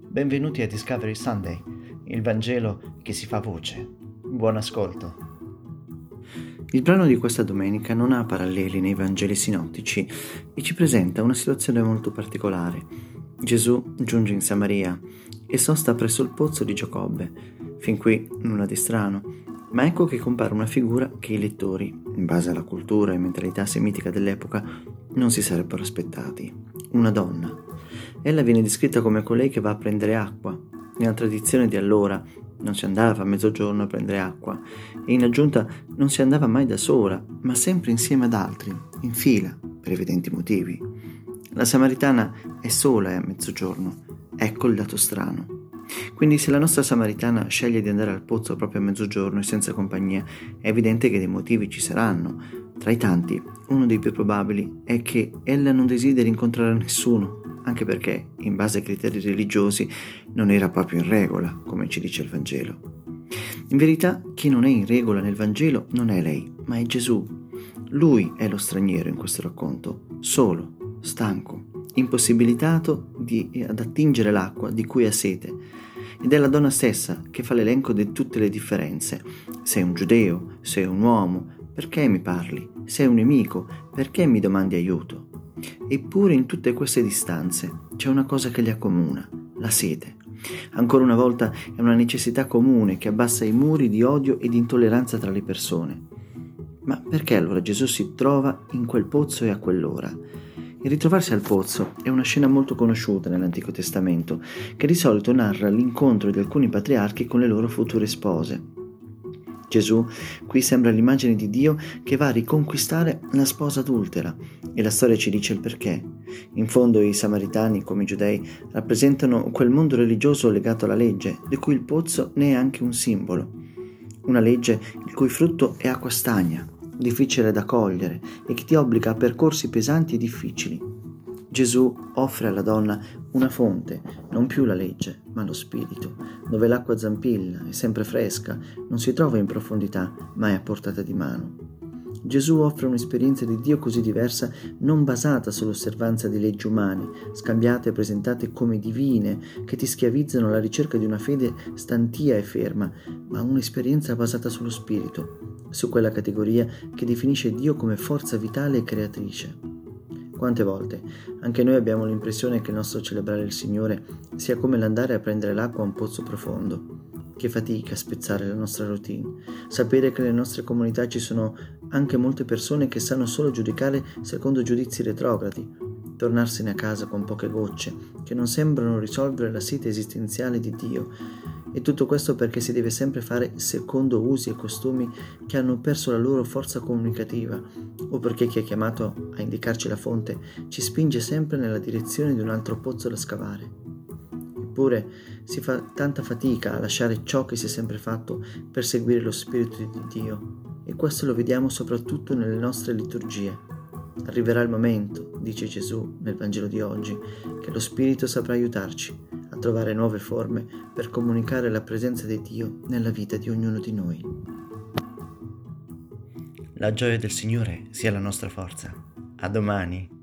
Benvenuti a Discovery Sunday, il Vangelo che si fa voce. Buon ascolto. Il brano di questa domenica non ha paralleli nei Vangeli sinottici e ci presenta una situazione molto particolare. Gesù giunge in Samaria e sosta presso il pozzo di Giacobbe. Fin qui nulla di strano, ma ecco che compare una figura che i lettori, in base alla cultura e mentalità semitica dell'epoca, non si sarebbero aspettati. Una donna. Ella viene descritta come colei che va a prendere acqua. Nella tradizione di allora non si andava a mezzogiorno a prendere acqua e in aggiunta non si andava mai da sola, ma sempre insieme ad altri, in fila, per evidenti motivi. La Samaritana è sola a mezzogiorno. Ecco il dato strano. Quindi se la nostra Samaritana sceglie di andare al pozzo proprio a mezzogiorno e senza compagnia, è evidente che dei motivi ci saranno. Tra i tanti, uno dei più probabili è che ella non desideri incontrare nessuno, anche perché, in base ai criteri religiosi, non era proprio in regola, come ci dice il Vangelo. In verità, chi non è in regola nel Vangelo non è lei, ma è Gesù. Lui è lo straniero in questo racconto, solo, stanco, impossibilitato ad attingere l'acqua di cui ha sete. Ed è la donna stessa che fa l'elenco di tutte le differenze. Sei un giudeo, sei un uomo, perché mi parli? Sei un nemico, perché mi domandi aiuto? Eppure in tutte queste distanze c'è una cosa che li accomuna, la sete. Ancora una volta è una necessità comune che abbassa i muri di odio e di intolleranza tra le persone. Ma perché allora Gesù si trova in quel pozzo e a quell'ora? Il ritrovarsi al pozzo è una scena molto conosciuta nell'Antico Testamento, che di solito narra l'incontro di alcuni patriarchi con le loro future spose. Gesù qui sembra l'immagine di Dio che va a riconquistare la sposa adultera, e la storia ci dice il perché. In fondo i Samaritani, come i Giudei, rappresentano quel mondo religioso legato alla legge, di cui il pozzo ne è anche un simbolo. Una legge il cui frutto è acqua stagna, difficile da cogliere e che ti obbliga a percorsi pesanti e difficili. Gesù offre alla donna una fonte, non più la legge, ma lo spirito, dove l'acqua zampilla, è sempre fresca, non si trova in profondità, ma è a portata di mano. Gesù offre un'esperienza di Dio così diversa, non basata sull'osservanza di leggi umane, scambiate e presentate come divine, che ti schiavizzano alla ricerca di una fede stantia e ferma, ma un'esperienza basata sullo spirito, su quella categoria che definisce Dio come forza vitale e creatrice. Quante volte anche noi abbiamo l'impressione che il nostro celebrare il Signore sia come l'andare a prendere l'acqua a un pozzo profondo. Che fatica a spezzare la nostra routine, sapere che nelle nostre comunità ci sono anche molte persone che sanno solo giudicare secondo giudizi retrogradi, tornarsene a casa con poche gocce, che non sembrano risolvere la sete esistenziale di Dio. E tutto questo perché si deve sempre fare secondo usi e costumi che hanno perso la loro forza comunicativa, o perché chi è chiamato a indicarci la fonte ci spinge sempre nella direzione di un altro pozzo da scavare. Eppure si fa tanta fatica a lasciare ciò che si è sempre fatto per seguire lo Spirito di Dio, e questo lo vediamo soprattutto nelle nostre liturgie. Arriverà il momento, dice Gesù nel Vangelo di oggi, che lo Spirito saprà aiutarci a trovare nuove forme per comunicare la presenza di Dio nella vita di ognuno di noi. La gioia del Signore sia la nostra forza. A domani.